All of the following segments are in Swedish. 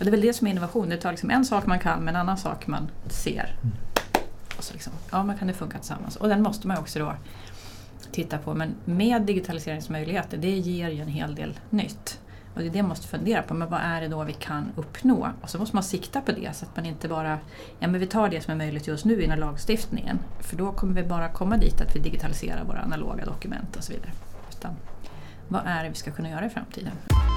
Och det är väl det som är innovation. Det tar liksom en sak man kan med en annan sak man ser. Och så liksom, ja, men kan det funka tillsammans? Och den måste man också då titta på. Men med digitaliseringsmöjligheter, det ger ju en hel del nytt. Och det är det man måste fundera på. Men vad är det då vi kan uppnå? Och så måste man sikta på det så att man inte bara, ja men vi tar det som är möjligt just nu inom lagstiftningen. För då kommer vi bara komma dit att vi digitaliserar våra analoga dokument och så vidare. Utan vad är det vi ska kunna göra i framtiden?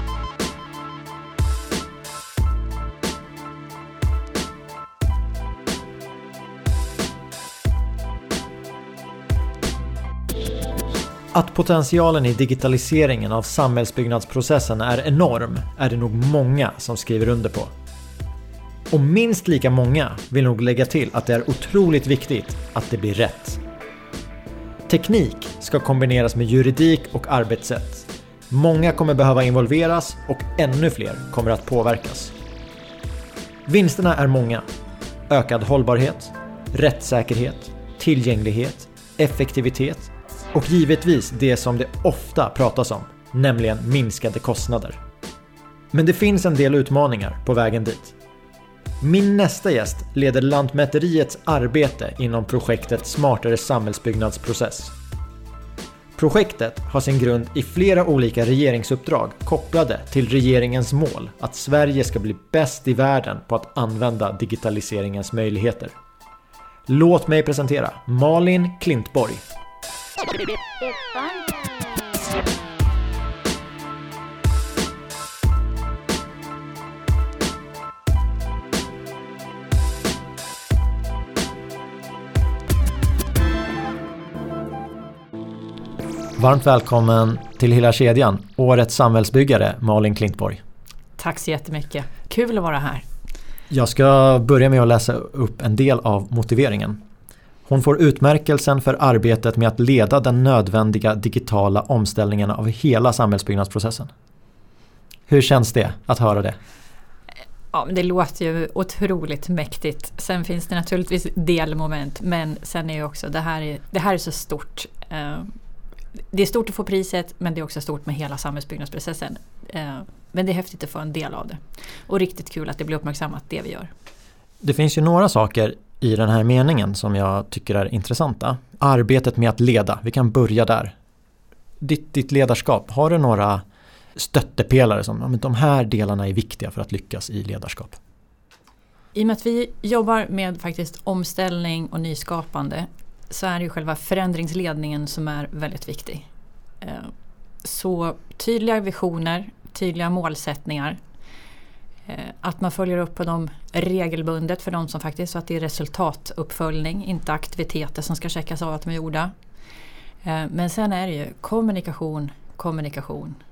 Att potentialen i digitaliseringen av samhällsbyggnadsprocessen är enorm är det nog många som skriver under på. Och minst lika många vill nog lägga till att det är otroligt viktigt att det blir rätt. Teknik ska kombineras med juridik och arbetssätt. Många kommer behöva involveras och ännu fler kommer att påverkas. Vinsterna är många. Ökad hållbarhet, rättssäkerhet, tillgänglighet, effektivitet och givetvis det som det ofta pratas om, nämligen minskade kostnader. Men det finns en del utmaningar på vägen dit. Min nästa gäst leder Lantmäteriets arbete inom projektet Smartare samhällsbyggnadsprocess. Projektet har sin grund i flera olika regeringsuppdrag kopplade till regeringens mål att Sverige ska bli bäst i världen på att använda digitaliseringens möjligheter. Låt mig presentera Malin Klintborg. Varmt välkommen till hela kedjan, årets samhällsbyggare Malin Klintborg. Tack så jättemycket. Kul att vara här. Jag ska börja med att läsa upp en del av motiveringen. Hon får utmärkelsen för arbetet med att leda den nödvändiga digitala omställningen av hela samhällsbyggnadsprocessen. Hur känns det att höra det? Ja, men det låter ju otroligt mäktigt. Sen finns det naturligtvis delmoment, men sen är ju också det här är så stort. Det är stort att få priset, men det är också stort med hela samhällsbyggnadsprocessen. Men det är häftigt att få en del av det. Och riktigt kul att det blir uppmärksammat det vi gör. Det finns ju några saker i den här meningen som jag tycker är intressanta. Arbetet med att leda, vi kan börja där. Ditt ledarskap, har du några stöttepelare som de här delarna är viktiga för att lyckas i ledarskap? I och med att vi jobbar med faktiskt omställning och nyskapande så är det ju själva förändringsledningen som är väldigt viktig. Så tydliga visioner, tydliga målsättningar. Att man följer upp på dem regelbundet för de som faktiskt, så att det är resultatuppföljning, inte aktiviteter som ska checkas av att de är gjorda. Men sen är det ju kommunikation.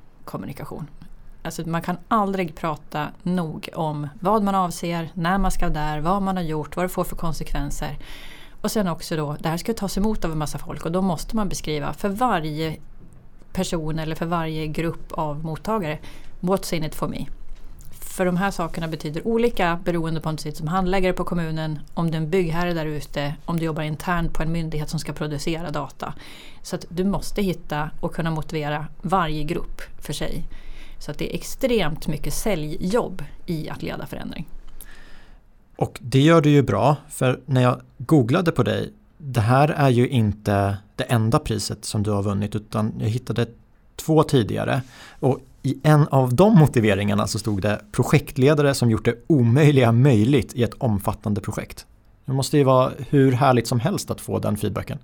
Alltså man kan aldrig prata nog om vad man avser, när man ska där, vad man har gjort, vad det får för konsekvenser. Och sen också då, det här ska tas emot av en massa folk och då måste man beskriva för varje person eller för varje grupp av mottagare, what's in it for me? För de här sakerna betyder olika beroende på om du sitter som handläggare på kommunen, om du är en byggherre där ute, om du jobbar internt på en myndighet som ska producera data. Så att du måste hitta och kunna motivera varje grupp för sig. Så att det är extremt mycket säljjobb i att leda förändring. Och det gör du ju bra, för när jag googlade på dig, det här är ju inte det enda priset som du har vunnit, utan jag hittade 2 tidigare. Och i en av de motiveringarna så stod det projektledare som gjort det omöjliga möjligt i ett omfattande projekt. Det måste ju vara hur härligt som helst att få den feedbacken.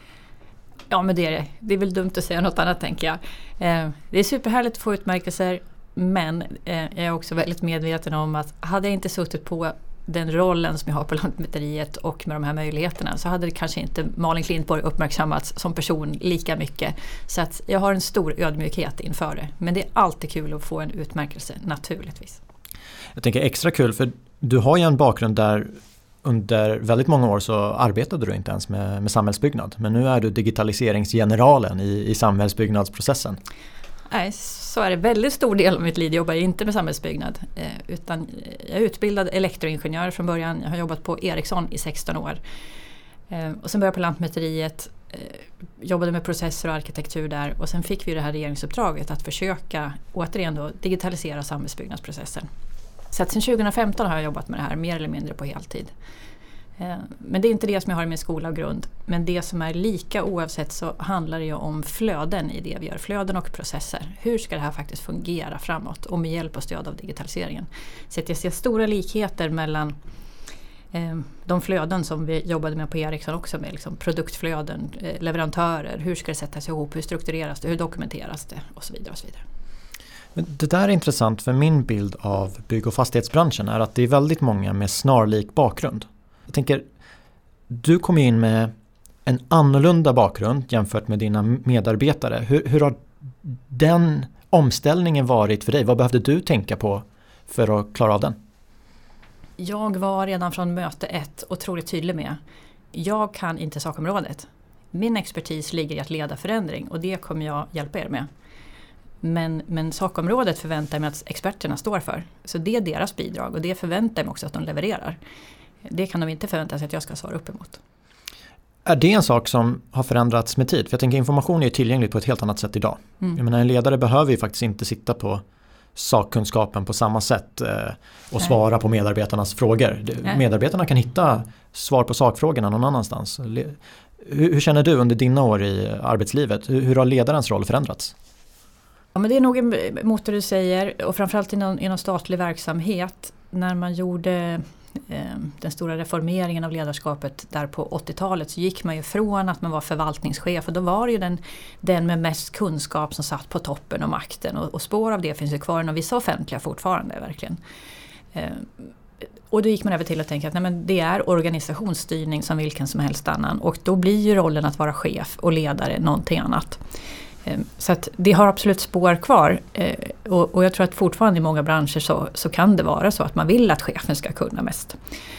Ja, men det är det. Det är väl dumt att säga något annat, tänker jag. Det är superhärligt att få utmärkelser, men jag är också väldigt medveten om att hade jag inte suttit på den rollen som jag har på Lantmäteriet och med de här möjligheterna så hade det kanske inte Malin Klintborg uppmärksammats som person lika mycket. Så att jag har en stor ödmjukhet inför det. Men det är alltid kul att få en utmärkelse, naturligtvis. Jag tänker extra kul, för du har ju en bakgrund där under väldigt många år så arbetade du inte ens med samhällsbyggnad. Men nu är du digitaliseringsgeneralen i samhällsbyggnadsprocessen. Nej, så är det. Väldigt stor del av mitt liv jobbar jag inte med samhällsbyggnad. Utan jag är utbildad elektroingenjör från början. Jag har jobbat på Ericsson i 16 år. Och sen började jag på Lantmäteriet. Jobbade med processer och arkitektur där. Och sen fick vi det här regeringsuppdraget att försöka återigen då digitalisera samhällsbyggnadsprocessen. Så att sedan 2015 har jag jobbat med det här mer eller mindre på heltid. Men det är inte det som jag har i min skola och grund. Men det som är lika oavsett så handlar det ju om flöden i det vi gör. Flöden och processer. Hur ska det här faktiskt fungera framåt och med hjälp och stöd av digitaliseringen? Så att jag ser stora likheter mellan de flöden som vi jobbade med på Ericsson också med liksom produktflöden, leverantörer. Hur ska det sättas ihop? Hur struktureras det? Hur dokumenteras det? Och så vidare och så vidare. Men det där är intressant för min bild av bygg- och fastighetsbranschen är att det är väldigt många med snarlik bakgrund. Jag tänker, du kom in med en annorlunda bakgrund jämfört med dina medarbetare. Hur har den omställningen varit för dig? Vad behövde du tänka på för att klara av den? Jag var redan från möte 1 otroligt tydlig med. Jag kan inte sakområdet. Min expertis ligger i att leda förändring och det kommer jag hjälpa er med. Men sakområdet förväntar jag mig att experterna står för. Så det är deras bidrag och det förväntar jag mig också att de levererar. Det kan de inte förvänta sig att jag ska svara upp emot. Är det en sak som har förändrats med tid? För jag tänker information är ju tillgänglig på ett helt annat sätt idag. Jag menar, en ledare behöver ju faktiskt inte sitta på sakkunskapen på samma sätt och svara på medarbetarnas frågor. Medarbetarna kan hitta svar på sakfrågorna någon annanstans. Hur känner du under dina år i arbetslivet? Hur har ledarens roll förändrats? Ja, men det är nog emot det du säger och framförallt inom statlig verksamhet. När man gjorde den stora reformeringen av ledarskapet där på 80-talet så gick man ju från att man var förvaltningschef och då var det ju den med mest kunskap som satt på toppen och makten och spår av det finns ju kvar inom vissa offentliga fortfarande verkligen. Och då gick man över till att tänka att nej, men det är organisationsstyrning som vilken som helst annan och då blir ju rollen att vara chef och ledare någonting annat. Så att det har absolut spår kvar och jag tror att fortfarande i många branscher så kan det vara så att man vill att chefen ska kunna mest.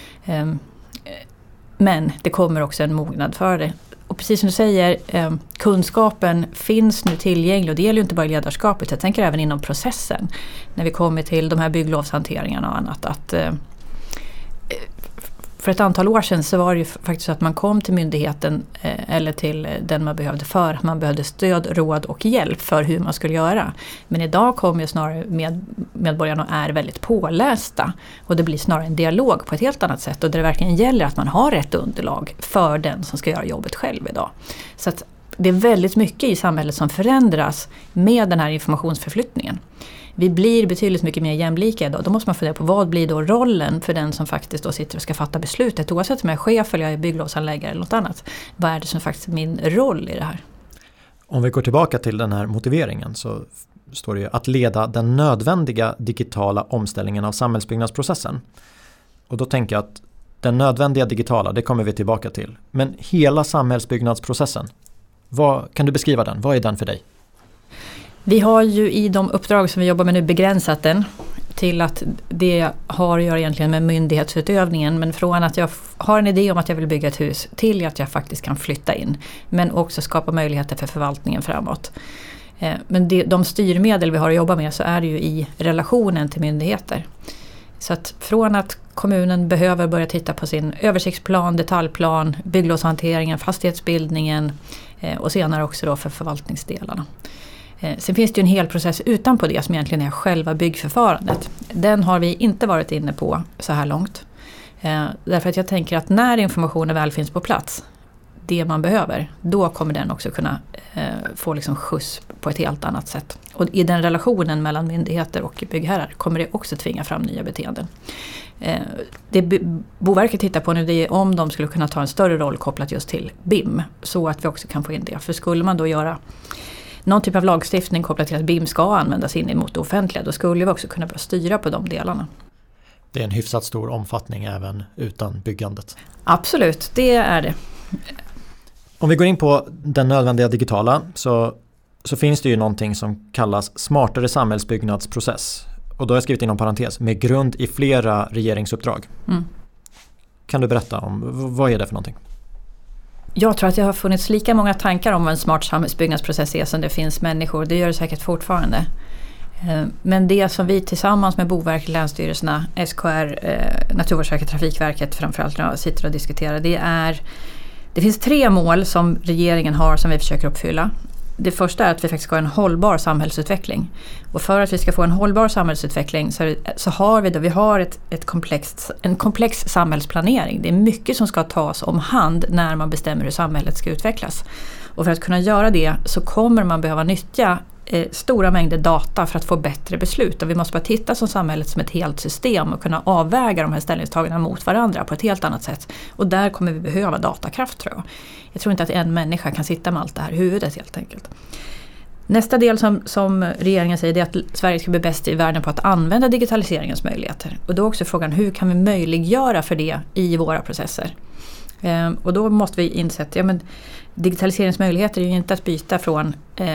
Men det kommer också en mognad för det. Och precis som du säger, kunskapen finns nu tillgänglig och det gäller ju inte bara i ledarskapet. Jag tänker även inom processen när vi kommer till de här bygglovshanteringarna och annat att för ett antal år sedan så var det ju faktiskt så att man kom till myndigheten eller till den man behövde för att man behövde stöd, råd och hjälp för hur man skulle göra. Men idag kommer ju snarare medborgarna och är väldigt pålästa och det blir snarare en dialog på ett helt annat sätt och där det verkligen gäller att man har rätt underlag för den som ska göra jobbet själv idag. Så att det är väldigt mycket i samhället som förändras med den här informationsförflyttningen. Vi blir betydligt mycket mer jämlika idag. Då måste man fundera på vad blir då rollen för den som faktiskt då sitter och ska fatta beslutet. Oavsett om jag är chef eller jag är bygglovsanläggare eller något annat. Vad är det som faktiskt är min roll i det här? Om vi går tillbaka till den här motiveringen så står det ju att leda den nödvändiga digitala omställningen av samhällsbyggnadsprocessen. Och då tänker jag att den nödvändiga digitala, det kommer vi tillbaka till. Men hela samhällsbyggnadsprocessen, kan du beskriva den? Vad är den för dig? Vi har ju i de uppdrag som vi jobbar med nu begränsat den till att det har att göra egentligen med myndighetsutövningen. Men från att jag har en idé om att jag vill bygga ett hus till att jag faktiskt kan flytta in. Men också skapa möjligheter för förvaltningen framåt. Men de styrmedel vi har att jobba med så är det ju i relationen till myndigheter. Så att från att kommunen behöver börja titta på sin översiktsplan, detaljplan, bygglovshanteringen, fastighetsbildningen och senare också då för förvaltningsdelarna. Sen finns det ju en hel process utanpå det som egentligen är själva byggförfarandet. Den har vi inte varit inne på så här långt. Därför att jag tänker att när informationen väl finns på plats, det man behöver, då kommer den också kunna få liksom skjuts på ett helt annat sätt. Och i den relationen mellan myndigheter och byggherrar kommer det också tvinga fram nya beteenden. Det Boverket tittar på nu det är om de skulle kunna ta en större roll kopplat just till BIM så att vi också kan få in det. För skulle man då göra någon typ av lagstiftning kopplat till att BIM ska användas in mot det offentliga, då skulle vi också kunna börja styra på de delarna. Det är en hyfsat stor omfattning även utan byggandet. Absolut, det är det. Om vi går in på den nödvändiga digitala så finns det ju någonting som kallas smartare samhällsbyggnadsprocess. Och då har jag skrivit inom parentes med grund i flera regeringsuppdrag. Kan du berätta om vad är det för någonting? Jag tror att det har funnits lika många tankar om vad en smart samhällsbyggnadsprocess är som det finns människor. Det gör det säkert fortfarande. Men det som vi tillsammans med Boverket, Länsstyrelserna, SKR, Naturvårdsverket, Trafikverket framförallt sitter och diskuterar, det finns 3 mål som regeringen har som vi försöker uppfylla. det första är att vi faktiskt ska ha en hållbar samhällsutveckling. Och för att vi ska få en hållbar samhällsutveckling så har vi har en komplex samhällsplanering. Det är mycket som ska tas om hand när man bestämmer hur samhället ska utvecklas. Och för att kunna göra det så kommer man behöva nyttja stora mängder data för att få bättre beslut. Och vi måste bara titta som samhället som ett helt system och kunna avväga de här ställningstagandena mot varandra på ett helt annat sätt. Och där kommer vi behöva datakraft, tror jag. Jag tror inte att en människa kan sitta med allt det här i huvudet helt enkelt. Nästa del som regeringen säger är att Sverige ska bli bäst i världen på att använda digitaliseringens möjligheter. Och då är också frågan, hur kan vi möjliggöra för det i våra processer? Och då måste vi inse att digitaliseringsmöjligheter är ju inte att byta från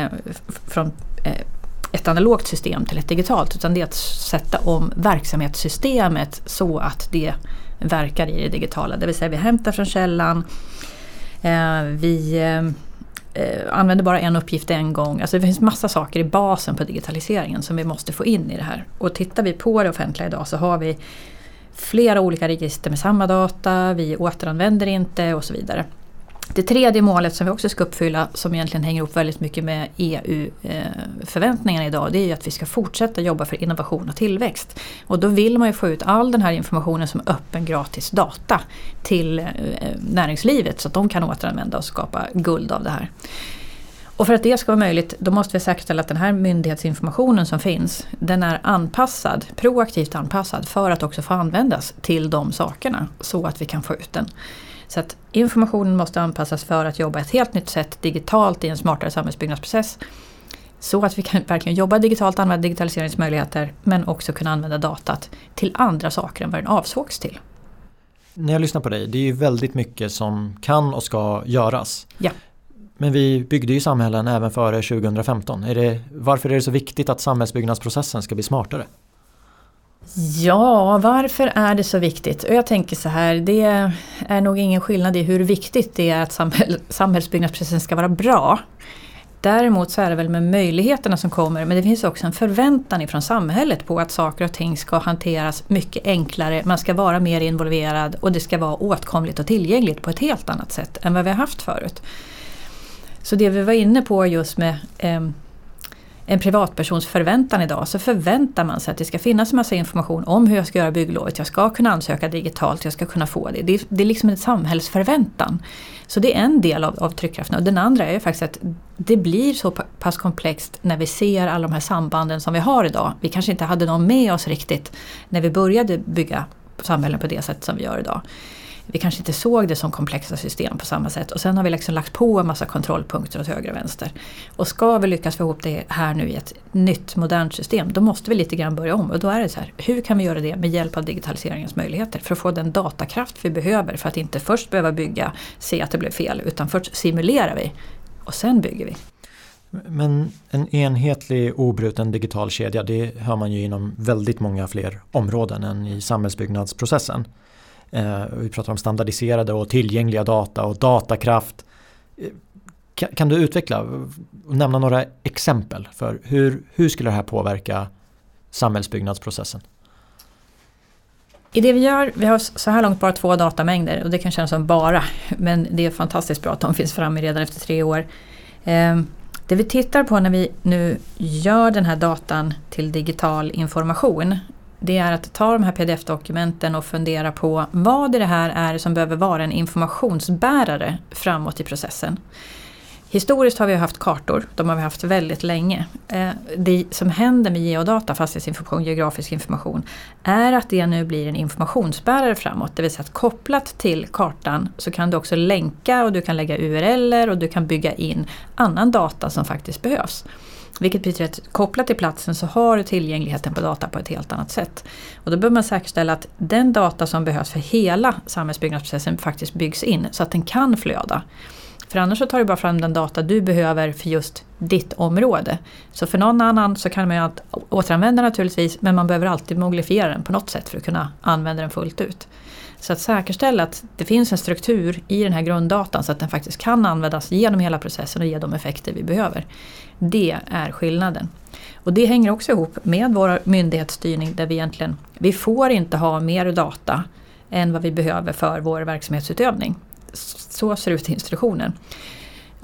ett analogt system till ett digitalt, utan det är att sätta om verksamhetssystemet så att det verkar i det digitala. Det vill säga vi hämtar från källan, vi använder bara en uppgift en gång. Alltså det finns massa saker i basen på digitaliseringen som vi måste få in i det här. Och tittar vi på det offentliga idag så har vi flera olika register med samma data, vi återanvänder inte och så vidare. Det tredje målet som vi också ska uppfylla, som egentligen hänger ihop väldigt mycket med EU-förväntningarna idag, det är ju att vi ska fortsätta jobba för innovation och tillväxt. Och då vill man ju få ut all den här informationen som öppen gratis data till näringslivet så att de kan återanvända och skapa guld av det här. Och för att det ska vara möjligt, då måste vi säkerställa att den här myndighetsinformationen som finns, den är anpassad, proaktivt anpassad för att också få användas till de sakerna så att vi kan få ut den. Så att informationen måste anpassas för att jobba ett helt nytt sätt digitalt i en smartare samhällsbyggnadsprocess. Så att vi kan verkligen jobba digitalt, använda digitaliseringsmöjligheter, men också kunna använda datat till andra saker än vad den avsågs till. När jag lyssnar på dig, det är ju väldigt mycket som kan och ska göras. Ja. Men vi byggde ju samhällen även före 2015. Varför är det så viktigt att samhällsbyggnadsprocessen ska bli smartare? Ja, varför är det så viktigt? Och jag tänker så här, det är nog ingen skillnad i hur viktigt det är att samhällsbyggnadsprocessen ska vara bra. Däremot så är det väl med möjligheterna som kommer, men det finns också en förväntan ifrån samhället på att saker och ting ska hanteras mycket enklare, man ska vara mer involverad och det ska vara åtkomligt och tillgängligt på ett helt annat sätt än vad vi har haft förut. Så det vi var inne på just med en privatpersons förväntan idag, så förväntar man sig att det ska finnas en massa information om hur jag ska göra bygglovet. Jag ska kunna ansöka digitalt, jag ska kunna få det. Det är liksom en samhällsförväntan. Så det är en del av tryckkraften. Och den andra är ju faktiskt att det blir så pass komplext när vi ser alla de här sambanden som vi har idag. Vi kanske inte hade dem med oss riktigt när vi började bygga samhällen på det sätt som vi gör idag. Vi kanske inte såg det som komplexa system på samma sätt. Och sen har vi liksom lagt på en massa kontrollpunkter åt höger och vänster. Och ska vi lyckas få ihop det här nu i ett nytt modernt system, då måste vi lite grann börja om. Och då är det så här, hur kan vi göra det med hjälp av digitaliseringens möjligheter? För att få den datakraft vi behöver för att inte först behöva bygga, se att det blev fel. Utan först simulerar vi och sen bygger vi. Men en enhetlig obruten digital kedja, det hör man ju inom väldigt många fler områden än i samhällsbyggnadsprocessen. Vi pratar om standardiserade och tillgängliga data och datakraft. Kan du utveckla och nämna några exempel för hur skulle det här påverka samhällsbyggnadsprocessen? I det vi gör, vi har så här långt bara 2 datamängder och det kan kännas som bara, men det är fantastiskt bra att de finns framme redan efter 3 år. Det vi tittar på när vi nu gör den här datan till digital information, det är att ta de här pdf-dokumenten och fundera på vad det här är som behöver vara en informationsbärare framåt i processen. Historiskt har vi haft kartor, de har vi haft väldigt länge. Det som händer med geodata, fastighetsinformation, geografisk information, är att det nu blir en informationsbärare framåt. Det vill säga att kopplat till kartan så kan du också länka och du kan lägga URL:er och du kan bygga in annan data som faktiskt behövs. Vilket betyder att kopplat till platsen så har du tillgängligheten på data på ett helt annat sätt. Och då behöver man säkerställa att den data som behövs för hela samhällsbyggnadsprocessen faktiskt byggs in så att den kan flöda. För annars så tar du bara fram den data du behöver för just ditt område. Så för någon annan så kan man ju återanvända naturligtvis, men man behöver alltid moglifiera den på något sätt för att kunna använda den fullt ut. Så att säkerställa att det finns en struktur i den här grunddatan så att den faktiskt kan användas genom hela processen och ge de effekter vi behöver. Det är skillnaden. Och det hänger också ihop med vår myndighetsstyrning där vi får inte ha mer data än vad vi behöver för vår verksamhetsutövning. Så ser det ut i instruktionen.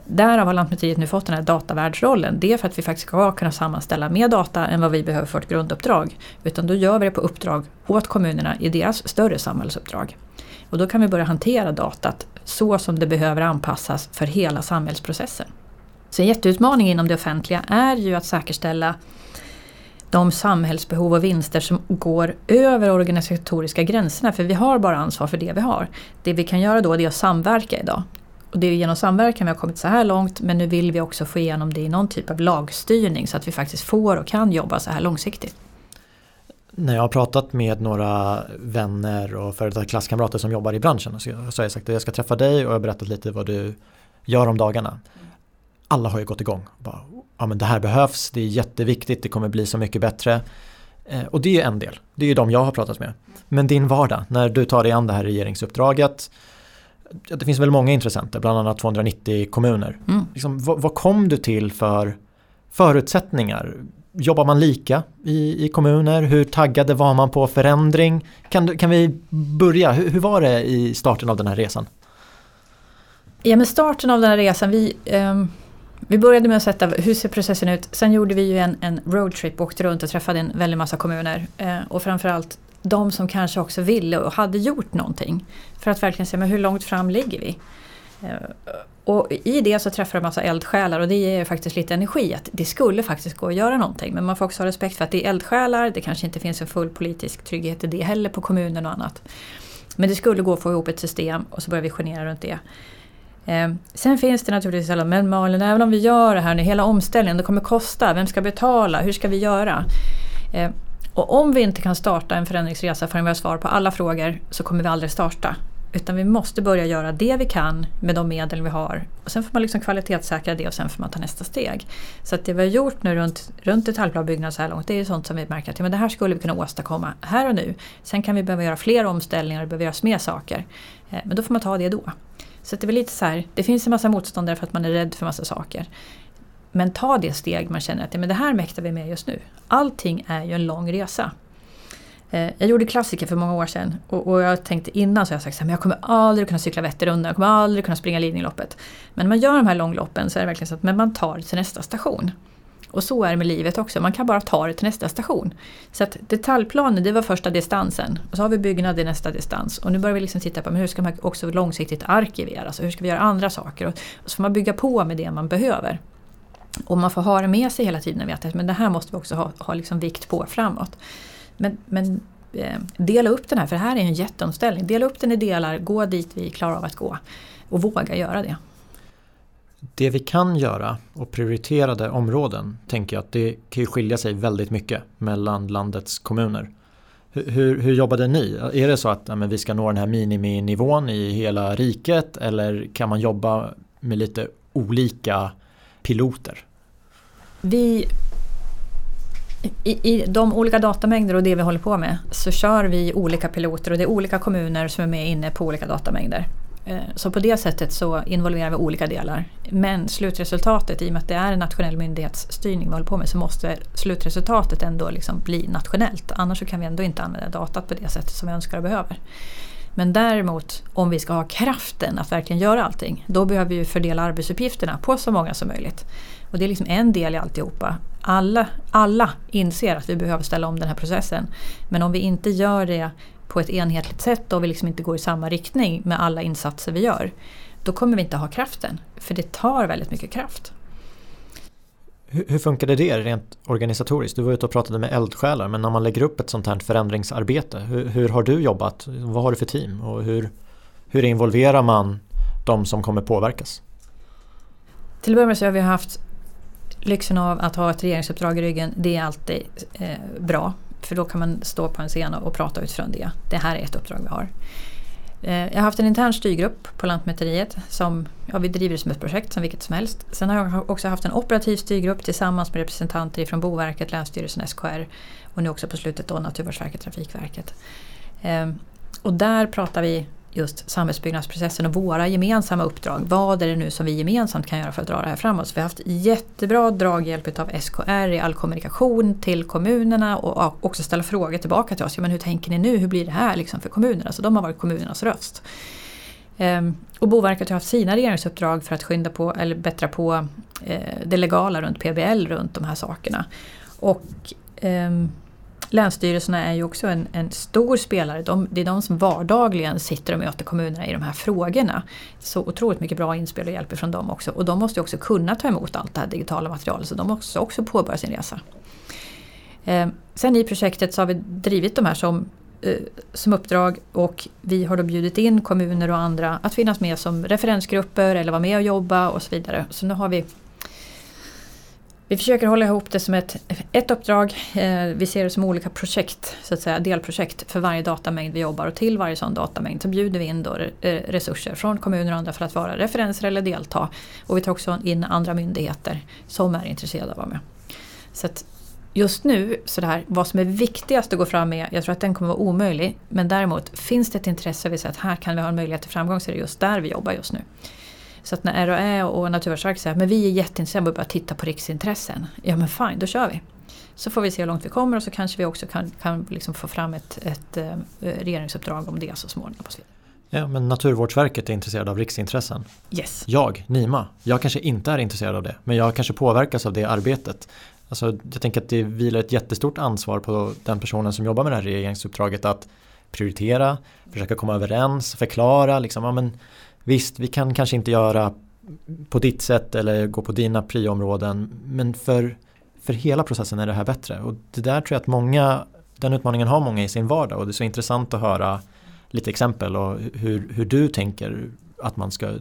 därav har Lantmäteriet nu fått den här datavärldsrollen. Det är för att vi faktiskt ska kunna sammanställa mer data än vad vi behöver för ett grunduppdrag. Utan då gör vi det på uppdrag åt kommunerna i deras större samhällsuppdrag. Och då kan vi börja hantera datat så som det behöver anpassas för hela samhällsprocessen. Så en jätteutmaning inom det offentliga är ju att säkerställa de samhällsbehov och vinster som går över organisatoriska gränserna. För vi har bara ansvar för det vi har. Det vi kan göra då är att samverka idag. Och det är genom samverkan vi har kommit så här långt, men nu vill vi också få igenom det i någon typ av lagstyrning så att vi faktiskt får och kan jobba så här långsiktigt. När jag har pratat med några vänner och före detta klasskamrater som jobbar i branschen så har jag sagt att jag ska träffa dig och jag har berättat lite vad du gör om dagarna. Alla har ju gått igång. Bara, ja, men det här behövs, det är jätteviktigt, det kommer bli så mycket bättre. Och det är en del, det är ju de jag har pratat med. Men din vardag, när du tar dig an det här regeringsuppdraget, det finns väl många intressenter, bland annat 290 kommuner. Liksom, vad kom du till för förutsättningar? Jobbar man lika i kommuner? Hur taggade var man på förändring? Kan vi börja? Hur var det i starten av den här resan? Ja, men starten av den här resan, vi började med att sätta hur ser processen ut. Sen gjorde vi ju en roadtrip och åkte runt och träffade en väldigt massa kommuner. Och framförallt de som kanske också ville och hade gjort någonting. För att verkligen se men hur långt fram ligger vi. Och i det så träffar jag en massa eldsjälar och det ger faktiskt lite energi att det skulle faktiskt gå att göra någonting. Men man får också ha respekt för att det är eldsjälar, det kanske inte finns en full politisk trygghet i det heller på kommunen och annat. Men det skulle gå att få ihop ett system och så börjar vi genera runt det. Sen finns det naturligtvis alla, men Malin, även om vi gör det här nu, hela omställningen, det kommer kosta, vem ska betala, hur ska vi göra? Och om vi inte kan starta en förändringsresa förrän vi har svar på alla frågor så kommer vi aldrig starta. Utan vi måste börja göra det vi kan med de medel vi har. Och sen får man liksom kvalitetssäkra det och sen får man ta nästa steg. Så att det vi har gjort nu runt detaljplanbyggnad så här långt, det är sånt som vi märker att men det här skulle vi kunna åstadkomma här och nu. Sen kan vi behöva göra fler omställningar och behöva göra mer saker. Men då får man ta det då. Så att det är väl lite så här, det finns en massa motståndare för att man är rädd för massa saker. Men ta det steg man känner att men det här mäktar vi med just nu. Allting är ju en lång resa. Jag gjorde klassiker för många år sedan och jag tänkte innan så har jag sagt att jag kommer aldrig kunna cykla Vätternrundan, jag kommer aldrig kunna springa Lidingöloppet. Men när man gör de här långloppen så är det verkligen så att man tar det till nästa station. Och så är det med livet också, man kan bara ta det till nästa station. Så att detaljplanen, det var första distansen och så har vi byggnad i nästa distans. Och nu börjar vi liksom titta på hur ska man också långsiktigt arkivera, alltså hur ska vi göra andra saker och så får man bygga på med det man behöver. Och man får ha det med sig hela tiden, vet jag, men det här måste vi också ha liksom vikt på framåt. Men dela upp den här, för det här är en jätteomställning. Dela upp den i delar, gå dit vi klarar av att gå och våga göra det. Det vi kan göra och prioriterade områden tänker jag att det kan ju skilja sig väldigt mycket mellan landets kommuner. Hur jobbade ni? Är det så att vi ska nå den här miniminivån i hela riket eller kan man jobba med lite olika piloter? I de olika datamängder och det vi håller på med så kör vi olika piloter och det är olika kommuner som är med inne på olika datamängder. Så på det sättet så involverar vi olika delar. Men slutresultatet, i och med att det är en nationell myndighetsstyrning vi håller på med, så måste slutresultatet ändå liksom bli nationellt. Annars så kan vi ändå inte använda datat på det sättet som vi önskar och behöver. Men däremot, om vi ska ha kraften att verkligen göra allting, då behöver vi fördela arbetsuppgifterna på så många som möjligt. Och det är liksom en del i alltihopa. Alla inser att vi behöver ställa om den här processen. Men om vi inte gör det på ett enhetligt sätt och vi liksom inte går i samma riktning med alla insatser vi gör, då kommer vi inte ha kraften. För det tar väldigt mycket kraft. Hur funkade det rent organisatoriskt? Du var ute och pratade med eldsjälar, men när man lägger upp ett sånt här förändringsarbete, hur har du jobbat? Vad har du för team? Och hur involverar man de som kommer påverkas? Till att börja med så har vi haft lyxen av att ha ett regeringsuppdrag i ryggen. Det är alltid bra, för då kan man stå på en scen och prata utifrån det. Det här är ett uppdrag vi har. Jag har haft en intern styrgrupp på Lantmäteriet som vi driver som ett projekt som vilket som helst. Sen har jag också haft en operativ styrgrupp tillsammans med representanter från Boverket, Länsstyrelsen, SKR och nu också på slutet då Naturvårdsverket, Trafikverket. Och där pratar vi just samhällsbyggnadsprocessen och våra gemensamma uppdrag. Vad är det nu som vi gemensamt kan göra för att dra det här framåt? Så vi har haft jättebra draghjälp av SKR i all kommunikation till kommunerna och också ställa frågor tillbaka till oss. Men hur tänker ni nu? Hur blir det här liksom för kommunerna? Så de har varit kommunernas röst. Och Boverket har haft sina regeringsuppdrag för att skynda på eller bättra på det legala runt PBL runt de här sakerna. Och länsstyrelserna är ju också en stor spelare. Det är de som vardagligen sitter och möter kommunerna i de här frågorna. Så otroligt mycket bra inspel och hjälp från dem också. Och de måste också kunna ta emot allt det här digitala materialet, så de måste också påbörja sin resa. Sen i projektet så har vi drivit de här som uppdrag, och vi har då bjudit in kommuner och andra att finnas med som referensgrupper eller vara med och jobba och så vidare. Så nu har vi försöker hålla ihop det som ett uppdrag. Vi ser det som olika projekt, så att säga, delprojekt för varje datamängd vi jobbar, och till varje sån datamängd så bjuder vi in då resurser från kommuner och andra för att vara referenser eller delta. Och vi tar också in andra myndigheter som är intresserade av att vara med. Så att just nu, så det här, vad som är viktigast att gå fram med, jag tror att den kommer vara omöjlig, men däremot finns det ett intresse, vi säger att här kan vi ha en möjlighet till framgång, så är det just där vi jobbar just nu. Så att när RAÄ och Naturvårdsverket säger men vi är jätteintresserade av att börja titta på riksintressen, ja men fine, då kör vi. Så får vi se hur långt vi kommer, och så kanske vi också kan liksom få fram ett regeringsuppdrag om det så småningom. Ja, men Naturvårdsverket är intresserad av riksintressen. Yes. Nima, jag kanske inte är intresserad av det, men jag kanske påverkas av det arbetet. Alltså, jag tänker att det vilar ett jättestort ansvar på den personen som jobbar med det här regeringsuppdraget att prioritera, försöka komma överens, förklara liksom, ja, men visst, vi kan kanske inte göra på ditt sätt eller gå på dina priområden, men för hela processen är det här bättre. Och det där tror jag att den utmaningen har många i sin vardag, och det är så intressant att höra lite exempel och hur du tänker att man ska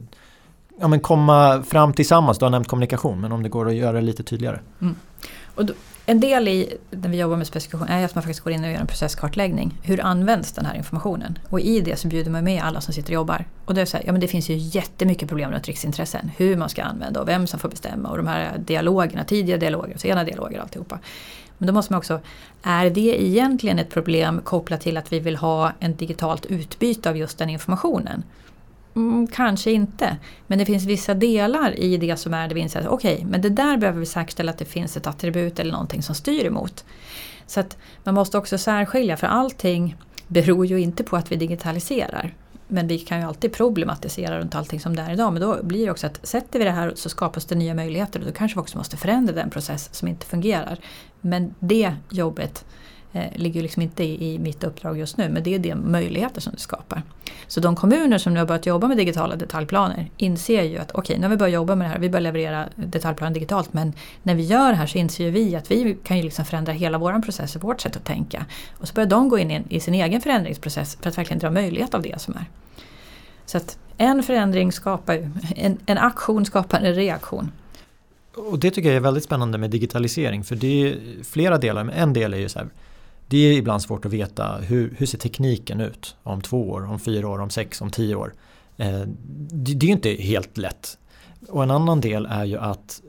komma fram tillsammans. Du har nämnt kommunikation, men om det går att göra det lite tydligare. Mm. Och en del i när vi jobbar med specifikation är att man faktiskt går in och gör en processkartläggning. Hur används den här informationen? Och i det så bjuder man med alla som sitter och jobbar. Och det är så här, men det finns ju jättemycket problem runt riksintressen. Hur man ska använda och vem som får bestämma. Och de här dialogerna, tidiga dialoger och sena dialoger och alltihopa. Men då måste man också, är det egentligen ett problem kopplat till att vi vill ha en digitalt utbyte av just den informationen? Kanske inte, men det finns vissa delar i det som är det vi inser att okej, men det där behöver vi säkerställa att det finns ett attribut eller någonting som styr emot. Så att man måste också särskilja, för allting beror ju inte på att vi digitaliserar. Men vi kan ju alltid problematisera runt allting som det är idag. Men då blir det också att sätter vi det här så skapas det nya möjligheter, och då kanske vi också måste förändra den process som inte fungerar. Men det jobbet ligger liksom inte i mitt uppdrag just nu, men det är de möjligheter som det skapar. Så de kommuner som nu har börjat jobba med digitala detaljplaner inser ju att okej, nu har vi börjat jobba med det här, vi börjar leverera detaljplaner digitalt, men när vi gör det här så inser ju vi att vi kan ju liksom förändra hela vår process och vårt sätt att tänka. Och så börjar de gå in i sin egen förändringsprocess för att verkligen dra möjlighet av det som är. Så att en förändring skapar ju, en aktion skapar en reaktion. Och det tycker jag är väldigt spännande med digitalisering, för det är flera delar, men en del är ju så här, det är ibland svårt att veta hur ser tekniken ut om 2 år, om 4 år, om 6, om 10 år. Det är ju inte helt lätt. Och en annan del är ju att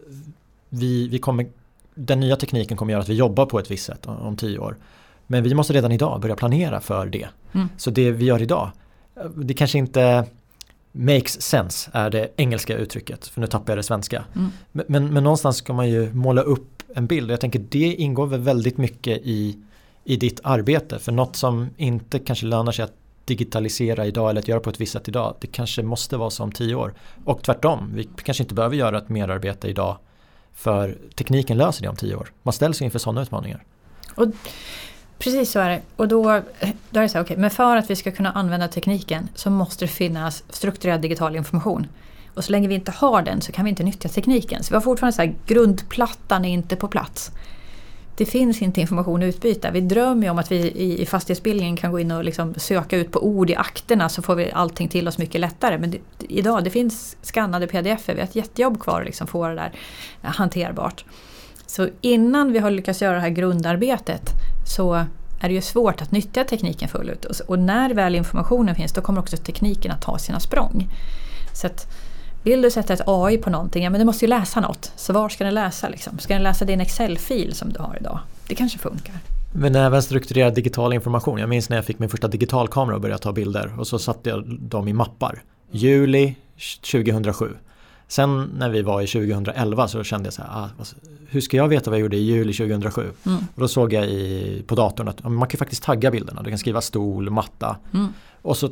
den nya tekniken kommer göra att vi jobbar på ett visst sätt om 10 år. Men vi måste redan idag börja planera för det. Mm. Så det vi gör idag, det kanske inte makes sense är det engelska uttrycket, för nu tappar jag det svenska. Mm. Men någonstans ska man ju måla upp en bild. Jag tänker det ingår väl väldigt mycket i ditt arbete, för något som inte kanske lönar sig att digitalisera idag eller att göra på ett visst sätt idag, det kanske måste vara som 10 år. Och tvärtom, vi kanske inte behöver göra ett merarbete idag, för tekniken löser det om 10 år. Man ställs inför sådana utmaningar. Och precis så är det. Och då är det så här, okej, men för att vi ska kunna använda tekniken så måste det finnas strukturerad digital information. Och så länge vi inte har den så kan vi inte nyttja tekniken. Så vi har fortfarande så här, grundplattan är inte på plats. Det finns inte information att utbyta. Vi drömmer ju om att vi i fastighetsbildningen kan gå in och liksom söka ut på ord i akterna, så får vi allting till oss mycket lättare. Men idag det finns skannade pdf-er. Vi har ett jättejobb kvar att liksom få det där hanterbart. Så innan vi har lyckats göra det här grundarbetet så är det ju svårt att nyttja tekniken fullt ut. Och när väl informationen finns, då kommer också tekniken att ta sina språng. Så att vill du sätta ett AI på någonting, ja men det måste ju läsa något. Så var ska den läsa liksom? Ska den läsa din Excel-fil som du har idag? Det kanske funkar. Men även strukturerad digital information. Jag minns när jag fick min första digitalkamera och började ta bilder. Och så satte jag dem i mappar. Juli 2007. Sen när vi var i 2011 så kände jag så här, hur ska jag veta vad jag gjorde i juli 2007? Mm. Och då såg jag på datorn att man kan faktiskt tagga bilderna. Du kan skriva stol, matta. Mm. Och så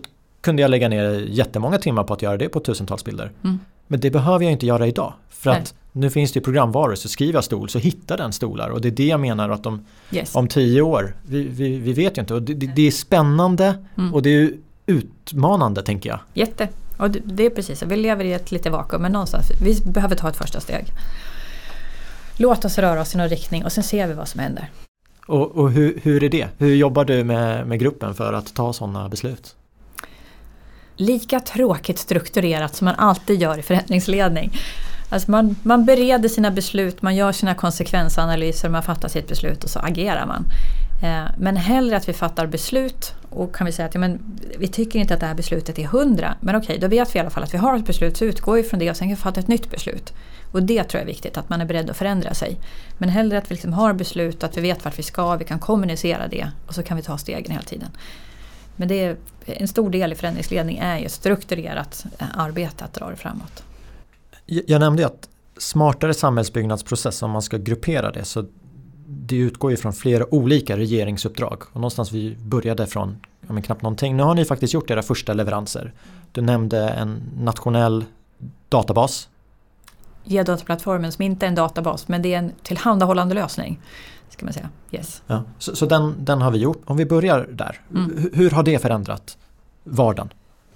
kunde jag lägga ner jättemånga timmar på att göra det på tusentals bilder. Men det behöver jag inte göra idag. För att nu finns det ju programvaror, så skriver jag stol så hittar den stolar. Och det är det jag menar att om 10 år, vi vet ju inte. Och det är spännande och det är utmanande, tänker jag. Jätte. Och det är precis, vi lever i ett lite vakuum, men någonstans, vi behöver ta ett första steg. Låt oss röra oss i någon riktning och sen ser vi vad som händer. Och hur är det? Hur jobbar du med gruppen för att ta sådana beslut? Lika tråkigt strukturerat som man alltid gör i förändringsledning. Alltså man bereder sina beslut, man gör sina konsekvensanalyser, man fattar sitt beslut och så agerar man. Men hellre att vi fattar beslut och kan vi säga att vi tycker inte att det här beslutet är 100, men okej, då vet vi i alla fall att vi har ett beslut, så utgår vi från det och sen kan vi fatta ett nytt beslut. Och det tror jag är viktigt, att man är beredd att förändra sig. Men hellre att vi liksom har beslut, att vi vet vart vi ska, vi kan kommunicera det och så kan vi ta stegen hela tiden. Men det är en stor del i förändringsledning är ju strukturerat arbete att dra det framåt. Jag nämnde att smartare samhällsbyggnadsprocess, om man ska gruppera det, så det utgår ju från flera olika regeringsuppdrag. Och någonstans vi började från knappt någonting. Nu har ni faktiskt gjort era första leveranser. Du nämnde en nationell databas. E-dataplattformen som inte är en databas, men det är en tillhandahållande lösning, ska man säga. Yes. Ja, så den har vi gjort. Om vi börjar där, hur har det förändrat vardagen?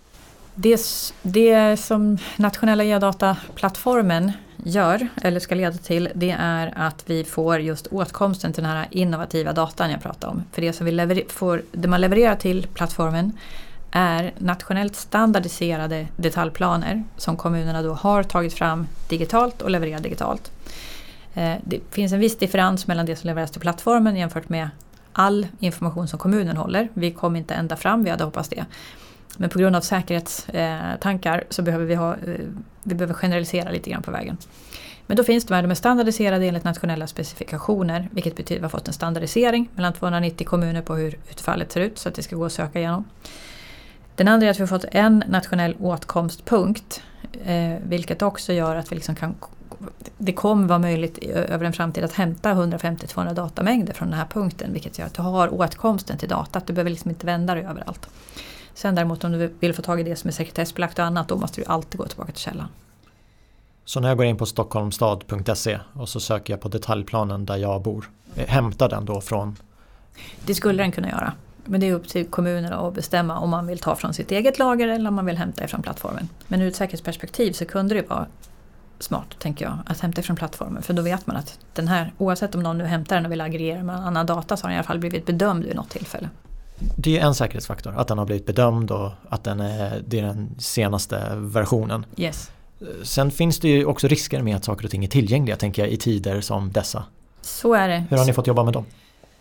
Det som nationella e-dataplattformen gör, eller ska leda till, det är att vi får just åtkomsten till den här innovativa datan jag pratade om. För det som det man levererar till plattformen är nationellt standardiserade detaljplaner som kommunerna då har tagit fram digitalt och levererar digitalt. Det finns en viss differens mellan det som levereras till plattformen jämfört med all information som kommunen håller. Vi kom inte ända fram, vi hade hoppats det. Men på grund av säkerhetstankar så behöver vi behöver generalisera lite grann på vägen. Men då finns de är standardiserade enligt nationella specifikationer, vilket betyder att vi har fått en standardisering mellan 290 kommuner på hur utfallet ser ut, så att det ska gå att söka igenom. Den andra är att vi har fått en nationell åtkomstpunkt, vilket också gör att vi liksom det kommer vara möjligt över en framtid att hämta 150-200 datamängder från den här punkten, vilket gör att du har åtkomsten till datat. Du behöver liksom inte vända dig överallt. Sen däremot om du vill få tag i det som är sekretessbelagt och annat, då måste du alltid gå tillbaka till källan. Så när jag går in på stockholmstad.se och så söker jag på detaljplanen där jag bor, hämtar den då från? Det skulle den kunna göra. Men det är upp till kommunerna att bestämma om man vill ta från sitt eget lager eller om man vill hämta ifrån plattformen. Men ur ett säkerhetsperspektiv så kunde det vara smart, tänker jag, att hämta ifrån plattformen. För då vet man att den här, oavsett om någon nu hämtar den och vill aggregera med annan data, så har den i alla fall blivit bedömd vid något tillfälle. Det är en säkerhetsfaktor, att den har blivit bedömd och att det är den senaste versionen. Yes. Sen finns det ju också risker med att saker och ting är tillgängliga, tänker jag, i tider som dessa. Så är det. Hur har ni fått jobba med dem?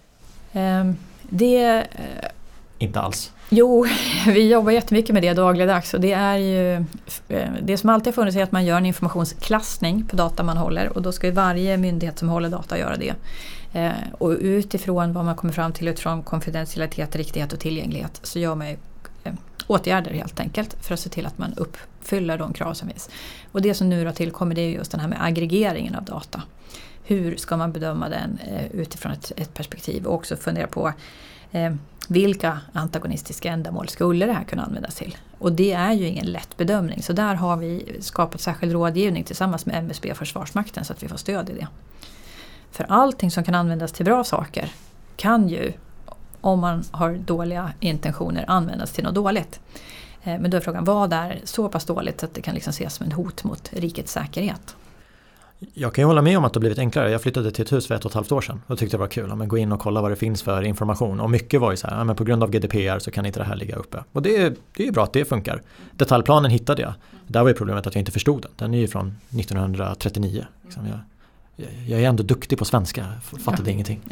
Inte alls. Jo, vi jobbar jättemycket med det dagligdags, och det är ju det som alltid har funnits är att man gör en informationsklassning på data man håller, och då ska ju varje myndighet som håller data göra det. Och utifrån vad man kommer fram till utifrån konfidentialitet, riktighet och tillgänglighet, så gör man åtgärder helt enkelt för att se till att man uppfyller de krav som finns. Och det som nu då tillkommer, det är just den här med aggregeringen av data. Hur ska man bedöma den utifrån ett perspektiv, och också fundera på vilka antagonistiska ändamål skulle det här kunna användas till. Och det är ju ingen lätt bedömning, så där har vi skapat särskild rådgivning tillsammans med MSB och Försvarsmakten så att vi får stöd i det. För allting som kan användas till bra saker kan ju, om man har dåliga intentioner, användas till något dåligt. Men då är frågan, vad är så pass dåligt att det kan liksom ses som en hot mot rikets säkerhet? Jag kan ju hålla med om att det har blivit enklare. Jag flyttade till ett hus för 1,5 år sedan och tyckte det var kul. Men gå in och kolla vad det finns för information. Och mycket var ju så här, men på grund av GDPR så kan inte det här ligga uppe. Och det är ju bra att det funkar. Detaljplanen hittade jag. Där var ju problemet att jag inte förstod den. Den är ju från 1939. Liksom jag är ändå duktig på svenska. Fattade ingenting.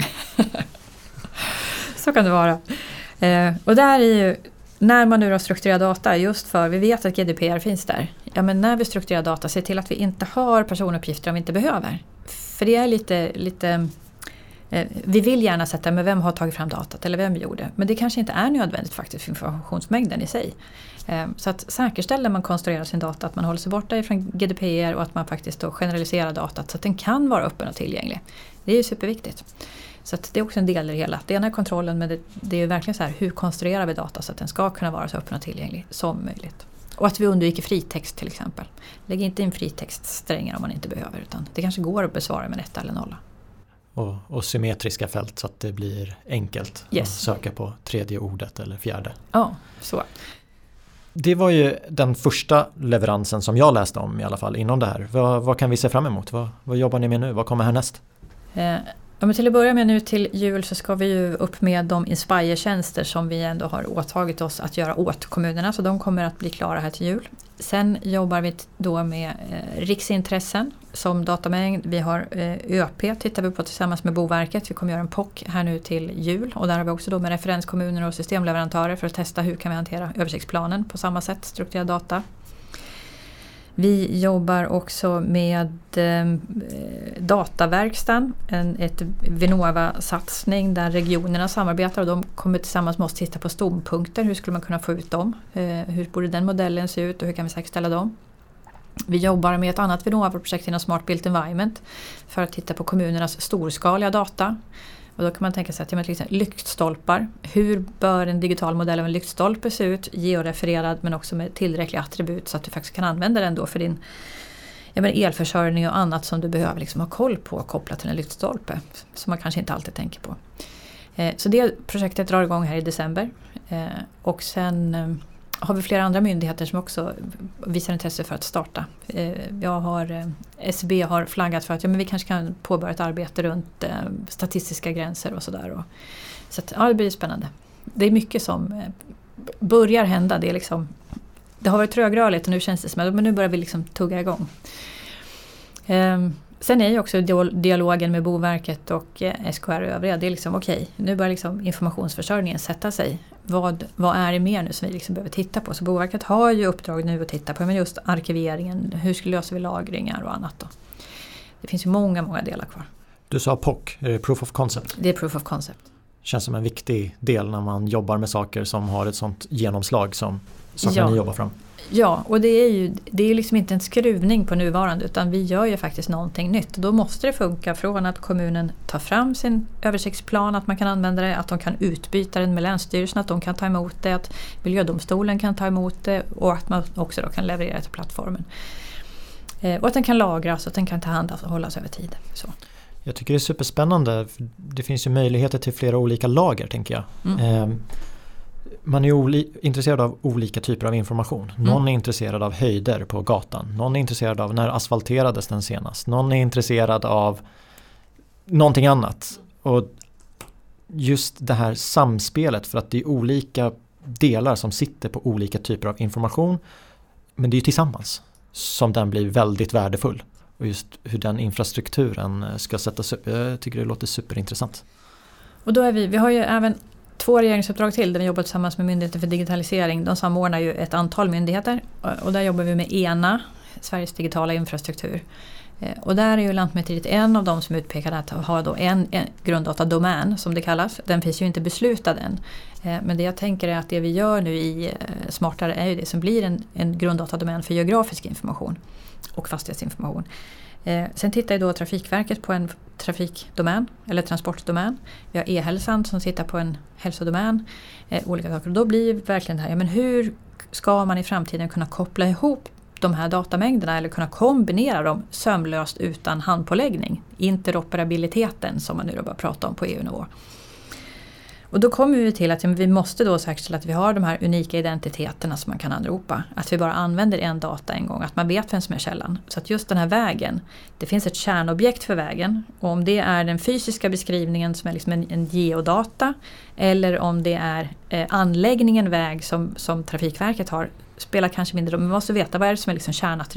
Så kan det vara. Och där är ju, när man nu har strukturerat data, just för vi vet att GDPR finns där. Ja, men när vi strukturerar data, se till att vi inte har personuppgifter om vi inte behöver. För det är lite vi vill gärna sätta med vem har tagit fram datat eller vem gjorde. Men det kanske inte är nödvändigt faktiskt för informationsmängden i sig. Så att säkerställa man konstruerar sin data, att man håller sig borta ifrån GDPR och att man faktiskt då generaliserar datat så att den kan vara öppen och tillgänglig. Det är ju superviktigt. Så att det är också en del i det hela. Det ena är kontrollen, men det är verkligen så här, hur konstruerar vi data så att den ska kunna vara så öppen och tillgänglig som möjligt. Och att vi undviker fritext till exempel. Lägg inte in fritextsträngar om man inte behöver, utan det kanske går att besvara med 1 eller 0. Och symmetriska fält så att det blir enkelt att söka på tredje ordet eller fjärde. Ja, så. Det var ju den första leveransen som jag läste om i alla fall inom det här. Vad kan vi se fram emot? Vad jobbar ni med nu? Vad kommer härnäst? Men till att börja med nu till jul så ska vi ju upp med de Inspire-tjänster som vi ändå har åtagit oss att göra åt kommunerna. Så de kommer att bli klara här till jul. Sen jobbar vi då med riksintressen som datamängd. Vi har ÖP, tittar vi på tillsammans med Boverket. Vi kommer göra en POC här nu till jul. Och där har vi också då med referenskommuner och systemleverantörer för att testa hur kan vi hantera översiktsplanen på samma sätt, strukturerad data. Vi jobbar också med dataverkstan, ett Vinnova-satsning där regionerna samarbetar och de kommer tillsammans med oss titta på stompunkter. Hur skulle man kunna få ut dem? Hur borde den modellen se ut och hur kan vi säkerställa dem? Vi jobbar med ett annat Vinnova-projekt inom Smart Built Environment för att titta på kommunernas storskaliga data. Och då kan man tänka sig att till exempel lyktstolpar. Hur bör en digital modell av en lyktstolpe se ut? Georefererad men också med tillräckliga attribut så att du faktiskt kan använda den då för din elförsörjning och annat som du behöver liksom ha koll på kopplat till en lyktstolpe. Som man kanske inte alltid tänker på. Så det projektet drar igång här i december. Och sen har vi flera andra myndigheter som också visar intresse för att starta. SCB har flaggat för att vi kanske kan påbörja ett arbete runt statistiska gränser och sådär. Så att, det blir spännande. Det är mycket som börjar hända. Det har varit trögrörligt och nu känns det som att nu börjar vi tugga igång. Sen är ju också dialogen med Boverket och SKR och övriga. Det är okej, nu börjar informationsförsörjningen sätta sig. Vad är det mer nu som vi behöver titta på? Så Boverket har ju uppdrag nu att titta på just arkiveringen. Hur löser vi lagringar och annat då? Det finns ju många delar kvar. Du sa POC, är det Proof of Concept? Det är Proof of Concept. Känns som en viktig del när man jobbar med saker som har ett sånt genomslag som ni jobbar fram. Ja, och det är ju inte en skruvning på nuvarande utan vi gör ju faktiskt någonting nytt. Då måste det funka från att kommunen tar fram sin översiktsplan, att man kan använda det, att de kan utbyta den med länsstyrelsen, att de kan ta emot det, att miljödomstolen kan ta emot det och att man också då kan leverera det till plattformen. Och att den kan lagras och att den kan hållas över tid. Så. Jag tycker det är superspännande. Det finns ju möjligheter till flera olika lager tänker jag. Man är intresserad av olika typer av information. Någon är intresserad av höjder på gatan. Någon är intresserad av när asfalterades den senast. Någon är intresserad av någonting annat. Och just det här samspelet för att det är olika delar som sitter på olika typer av information. Men det är ju tillsammans som den blir väldigt värdefull. Och just hur den infrastrukturen ska sättas upp. Jag tycker det låter superintressant. Och då är vi har ju även 2 regeringsuppdrag till där vi jobbar tillsammans med Myndigheten för digitalisering. De samordnar ju ett antal myndigheter och där jobbar vi med ENA, Sveriges digitala infrastruktur. Och där är ju Lantmäteriet en av de som är utpekade att ha då en grunddatadomän som det kallas. Den finns ju inte beslutad än. Men det jag tänker är att det vi gör nu i Smartare är ju det som blir en grunddatadomän för geografisk information och fastighetsinformation. Sen tittar ju då Trafikverket på en trafikdomän eller transportdomän. Vi har e-hälsan som tittar på en hälsodomän. Olika saker. Och då blir verkligen det här, men hur ska man i framtiden kunna koppla ihop de här datamängderna eller kunna kombinera dem sömlöst utan handpåläggning? Interoperabiliteten som man nu då bara pratar om på EU-nivå. Och då kommer vi till att vi måste då säkerställa att vi har de här unika identiteterna som man kan anropa. Att vi bara använder en data en gång, att man vet vem som är källan. Så att just den här vägen, det finns ett kärnobjekt för vägen. Och om det är den fysiska beskrivningen som är en geodata eller om det är anläggningen väg som Trafikverket har, spelar kanske mindre roll. Men man måste veta vad är det som är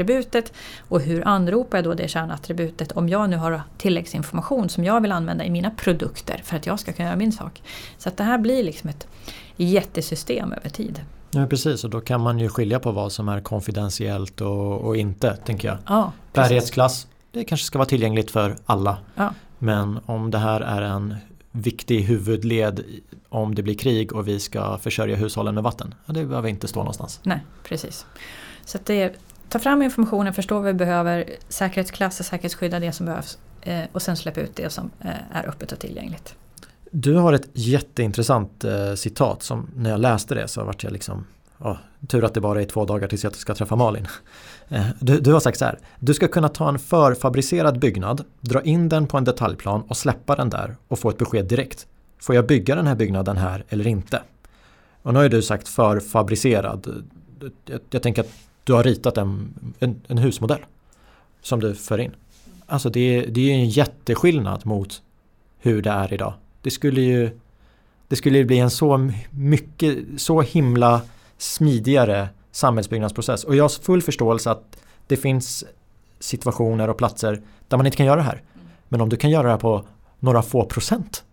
om jag nu har tilläggsinformation som jag vill använda i mina produkter för att jag ska kunna göra min sak. Så att det här blir ett jättesystem över tid. Ja, precis. Och då kan man ju skilja på vad som är konfidentiellt och inte, tänker jag. Ja, bärighetsklass, det kanske ska vara tillgängligt för alla. Ja. Men om det här är en viktig huvudled om det blir krig och vi ska försörja hushållen med vatten. Ja, det behöver inte stå någonstans. Nej, precis. Så att ta fram informationen, förstå vad vi behöver, säkerhetsklassa, säkerhetsskydda det som behövs och sen släppa ut det som är öppet och tillgängligt. Du har ett jätteintressant citat som när jag läste det så vart jag liksom, tur att det bara är 2 dagar tills jag ska träffa Malin. Du har sagt så här: du ska kunna ta en förfabricerad byggnad, dra in den på en detaljplan och släppa den där och få ett besked direkt. Får jag bygga den här byggnaden här eller inte? Och nu har du sagt förfabricerad. Jag tänker att du har ritat en husmodell som du för in. Alltså det är en jätteskillnad mot hur det är idag. Det skulle ju bli en så himla smidigare samhällsbyggnadsprocess. Och jag har full förståelse att det finns situationer och platser där man inte kan göra det här. Men om du kan göra det här på några få procent.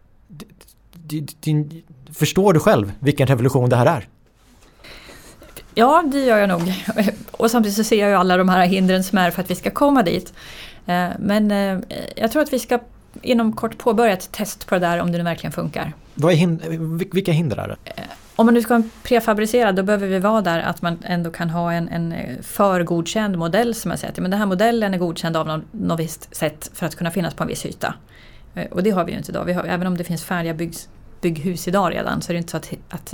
Förstår du själv vilken revolution det här är? Ja, det gör jag nog. Och samtidigt så ser jag ju alla de här hindren som är för att vi ska komma dit. Men jag tror att vi ska inom kort påbörja ett test på det där om det nu verkligen funkar. Vilka hinder är det? Om man nu ska ha en prefabricerad, då behöver vi vara där att man ändå kan ha en förgodkänd modell som jag säger. Men den här modellen är godkänd av något visst sätt för att kunna finnas på en viss yta. Och det har vi ju inte idag. Även om det finns färdiga bygghus idag redan så är det inte så att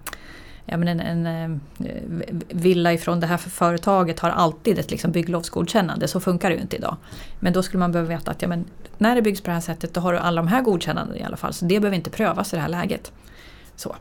en villa ifrån det här företaget har alltid ett liksom bygglovsgodkännande. Så funkar det ju inte idag. Men då skulle man behöva veta att när det byggs på det här sättet då har du alla de här godkännanden i alla fall. Så det behöver inte prövas i det här läget. Så.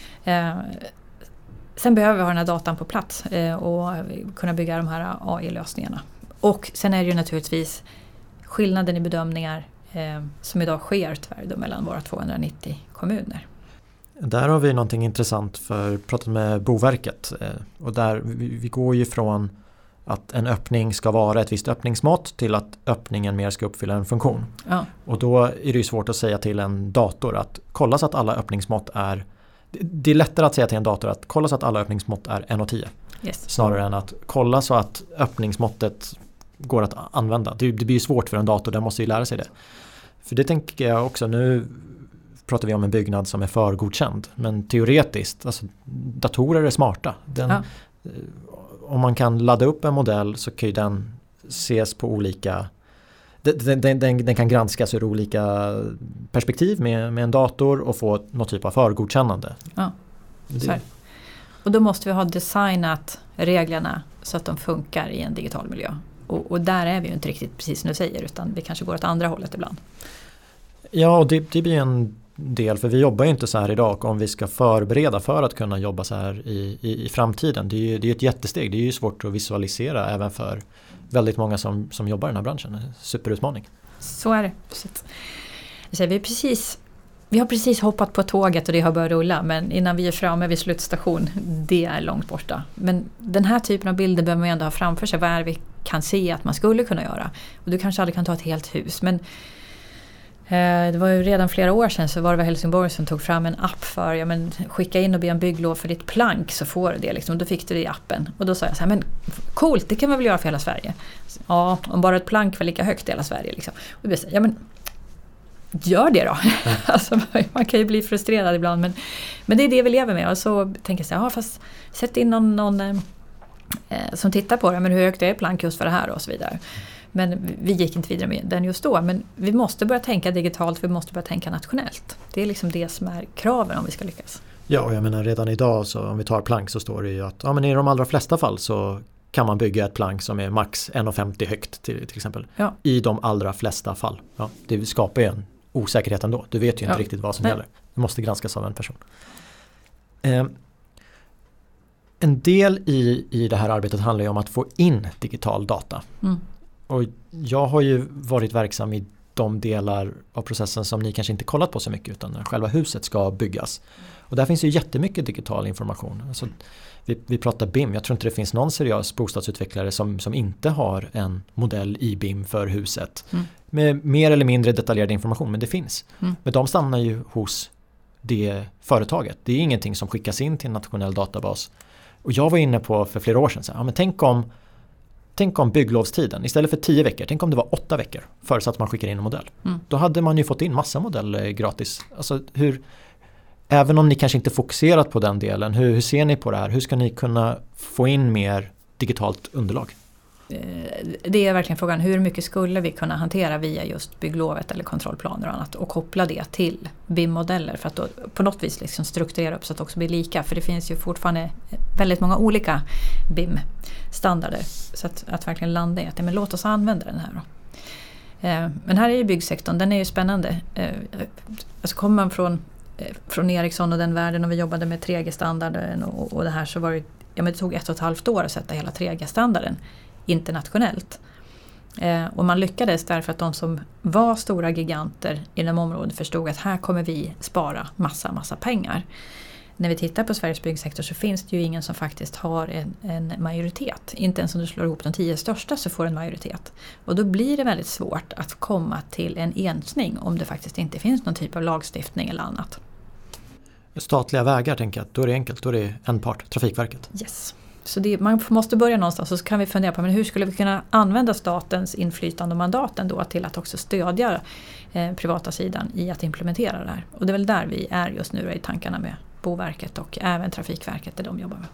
Sen behöver vi ha den här datan på plats och kunna bygga de här AI-lösningarna. Och sen är det ju naturligtvis skillnaden i bedömningar som idag sker tyvärr då mellan våra 290 kommuner. Där har vi någonting intressant för pratat med Boverket. Och där vi går ju från att en öppning ska vara ett visst öppningsmått till att öppningen mer ska uppfylla en funktion. Ja. Och då är det ju svårt att säga till en dator att kolla så att alla öppningsmått är... Det är lättare att säga till en dator att kolla så att alla öppningsmått är 1/10. Yes. Snarare än att kolla så att öppningsmåttet går att använda. Det blir svårt för en dator, den måste ju lära sig det. För det tänker jag också, nu pratar vi om en byggnad som är förgodkänd. Men teoretiskt, alltså, datorer är smarta. Om man kan ladda upp en modell så kan ju den ses på olika... Den kan granskas ur olika perspektiv med en dator och få någon typ av förgodkännande. Ja, så här. Och då måste vi ha designat reglerna så att de funkar i en digital miljö. Och där är vi ju inte riktigt precis som du säger, utan vi kanske går åt andra hållet ibland. Ja, och det blir en del, för vi jobbar ju inte så här idag om vi ska förbereda för att kunna jobba så här i framtiden. Det är ju ett jättesteg, det är ju svårt att visualisera även för väldigt många som jobbar i den här branschen. Superutmaning. Så är det. Vi har precis hoppat på tåget och det har börjat rulla, men innan vi är framme vid slutstation, det är långt borta. Men den här typen av bilder behöver man ändå ha framför sig. Vad är det vi kan se att man skulle kunna göra? Och du kanske aldrig kan ta ett helt hus, men det var ju redan flera år sedan så var det Helsingborg som tog fram en app för skicka in och be en bygglov för ditt plank så får du det liksom. Och då fick du det i appen. Och då sa jag så här, men coolt, det kan man väl göra för hela Sverige. Ja, om bara ett plank var lika högt i hela Sverige liksom. Och då sa jag, gör det då. Alltså, man kan ju bli frustrerad ibland, men det är det vi lever med. Och så tänker jag så här, fast sätt in någon som tittar på det, men hur högt är plank just för det här och så vidare. Men vi gick inte vidare med den just då. Men vi måste börja tänka digitalt, vi måste börja tänka nationellt. Det är liksom det som är kraven om vi ska lyckas. Ja, och jag menar redan idag så om vi tar plank så står det ju att men i de allra flesta fall så kan man bygga ett plank som är max 1,50 högt till exempel. Ja. I de allra flesta fall. Ja, det skapar ju en osäkerhet ändå. Du vet ju inte riktigt vad som gäller. Det måste granskas av en person. En del i det här arbetet handlar ju om att få in digital data. Mm. Och jag har ju varit verksam i de delar av processen som ni kanske inte kollat på så mycket, utan när själva huset ska byggas. Och där finns ju jättemycket digital information. Alltså, vi pratar BIM. Jag tror inte det finns någon seriös bostadsutvecklare som inte har en modell i BIM för huset. Mm. Med mer eller mindre detaljerad information, men det finns. Mm. Men de stannar ju hos det företaget. Det är ingenting som skickas in till en nationell databas. Och jag var inne på för flera år sedan, så här, men tänk om bygglovstiden, istället för 10 veckor, tänk om det var 8 veckor förutsatt man skickar in en modell. Mm. Då hade man ju fått in massa modeller gratis. Alltså även om ni kanske inte fokuserat på den delen, hur ser ni på det här? Hur ska ni kunna få in mer digitalt underlag? det är verkligen frågan, hur mycket skulle vi kunna hantera via just bygglovet eller kontrollplaner och annat och koppla det till BIM-modeller för att då på något vis liksom strukturera upp så att det också blir lika. För det finns ju fortfarande väldigt många olika BIM-standarder, så att verkligen landa i att men låt oss använda den här då. Men här är ju byggsektorn, den är ju spännande. Alltså kommer man från Ericsson och den världen och vi jobbade med 3G-standarden och det här, så var det tog 1,5 år att sätta hela 3G-standarden internationellt. Och man lyckades därför att de som var stora giganter inom området förstod att här kommer vi spara massa pengar. När vi tittar på Sveriges byggsektor så finns det ju ingen som faktiskt har en majoritet. Inte ens om du slår ihop de 10 största så får en majoritet. Och då blir det väldigt svårt att komma till en ensning om det faktiskt inte finns någon typ av lagstiftning eller annat. Statliga vägar, tänker jag, då är det enkelt. Då är det en part, Trafikverket. Yes. Så man måste börja någonstans och så kan vi fundera på men hur skulle vi kunna använda statens inflytande och mandat ändå till att också stödja privata sidan i att implementera det här. Och det är väl där vi är just nu i tankarna med Boverket och även Trafikverket där de jobbar med.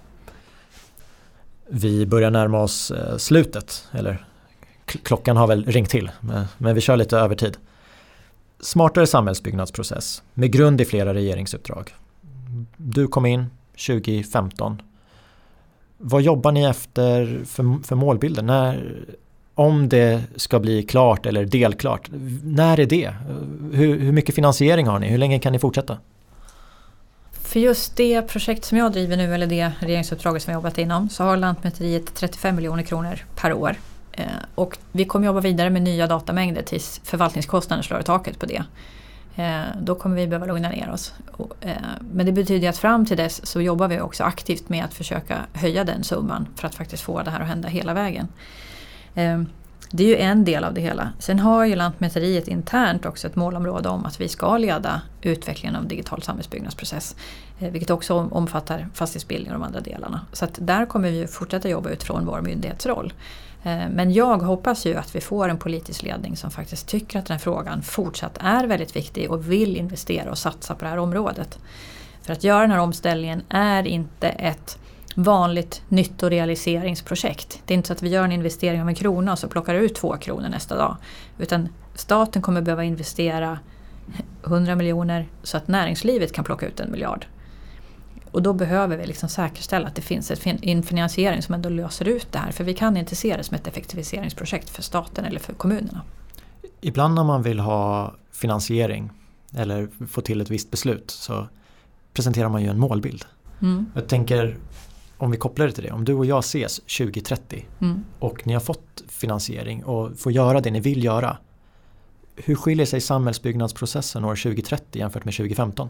Vi börjar närma oss slutet, eller klockan har väl ringt till, men vi kör lite övertid. Smartare samhällsbyggnadsprocess med grund i flera regeringsuppdrag. Du kom in 2015. Vad jobbar ni efter för målbilder? Om det ska bli klart eller delklart, när är det? Hur mycket finansiering har ni? Hur länge kan ni fortsätta? För just det projekt som jag driver nu, eller det regeringsuppdraget som jag jobbat inom, så har Lantmäteriet 35 miljoner kronor per år. Och vi kommer jobba vidare med nya datamängder tills förvaltningskostnaden slår i taket på det. Då kommer vi behöva lugna ner oss. Men det betyder att fram till dess så jobbar vi också aktivt med att försöka höja den summan för att faktiskt få det här att hända hela vägen. Det är ju en del av det hela. Sen har ju Lantmäteriet internt också ett målområde om att vi ska leda utvecklingen av digital samhällsbyggnadsprocess. Vilket också omfattar fastighetsbildning och de andra delarna. Så att där kommer vi fortsätta jobba utifrån vår myndighetsroll. Men jag hoppas ju att vi får en politisk ledning som faktiskt tycker att den här frågan fortsatt är väldigt viktig och vill investera och satsa på det här området. För att göra den här omställningen är inte ett vanligt nyttorealiseringsprojekt. Det är inte så att vi gör en investering av 1 krona och så plockar ut 2 kronor nästa dag. Utan staten kommer behöva investera 100 miljoner så att näringslivet kan plocka ut 1 miljard. Och då behöver vi liksom säkerställa att det finns en finansiering som ändå löser ut det här. För vi kan inte se det som ett effektiviseringsprojekt för staten eller för kommunerna. Ibland när man vill ha finansiering eller få till ett visst beslut så presenterar man ju en målbild. Jag tänker, om vi kopplar det till det, om du och jag ses 2030 och ni har fått finansiering och får göra det ni vill göra. Hur skiljer sig samhällsbyggnadsprocessen år 2030 jämfört med 2015?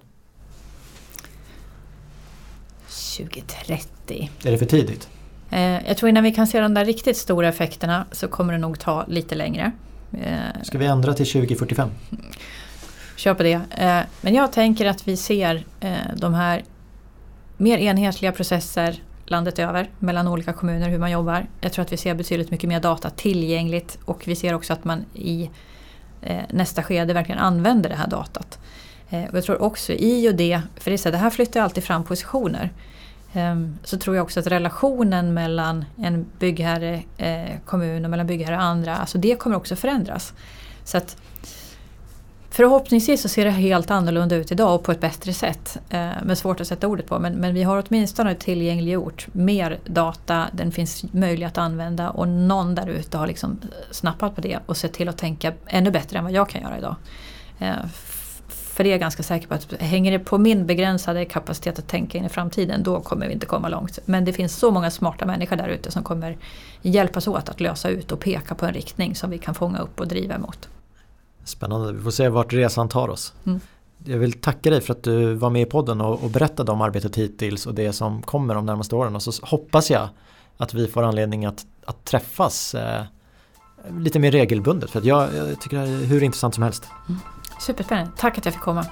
2030. Är det för tidigt? Jag tror innan vi kan se de där riktigt stora effekterna så kommer det nog ta lite längre. Ska vi ändra till 2045? Kör på det. Men jag tänker att vi ser de här mer enhetliga processer landet över mellan olika kommuner, hur man jobbar. Jag tror att vi ser betydligt mycket mer data tillgängligt och vi ser också att man i nästa skede verkligen använder det här datat. Och jag tror också i och det, för det här flyttar alltid fram positioner, så tror jag också att relationen mellan en byggherre, kommun och mellan byggherre och andra, alltså det kommer också förändras. Så att förhoppningsvis så ser det helt annorlunda ut idag och på ett bättre sätt. Men svårt att sätta ordet på. Men vi har åtminstone tillgängliggjort mer data. Den finns möjlig att använda. Och någon där ute har liksom snappat på det och sett till att tänka ännu bättre än vad jag kan göra idag. För det är jag ganska säker på att hänger det på min begränsade kapacitet att tänka in i framtiden, då kommer vi inte komma långt. Men det finns så många smarta människor där ute som kommer hjälpas åt att lösa ut och peka på en riktning som vi kan fånga upp och driva emot. Spännande, vi får se vart resan tar oss. Jag vill tacka dig för att du var med i podden och berättade om arbetet hittills och det som kommer de närmaste åren. Och så hoppas jag att vi får anledning att träffas lite mer regelbundet, för att jag tycker det är hur intressant som helst. Superspännande, tack att jag fick komma.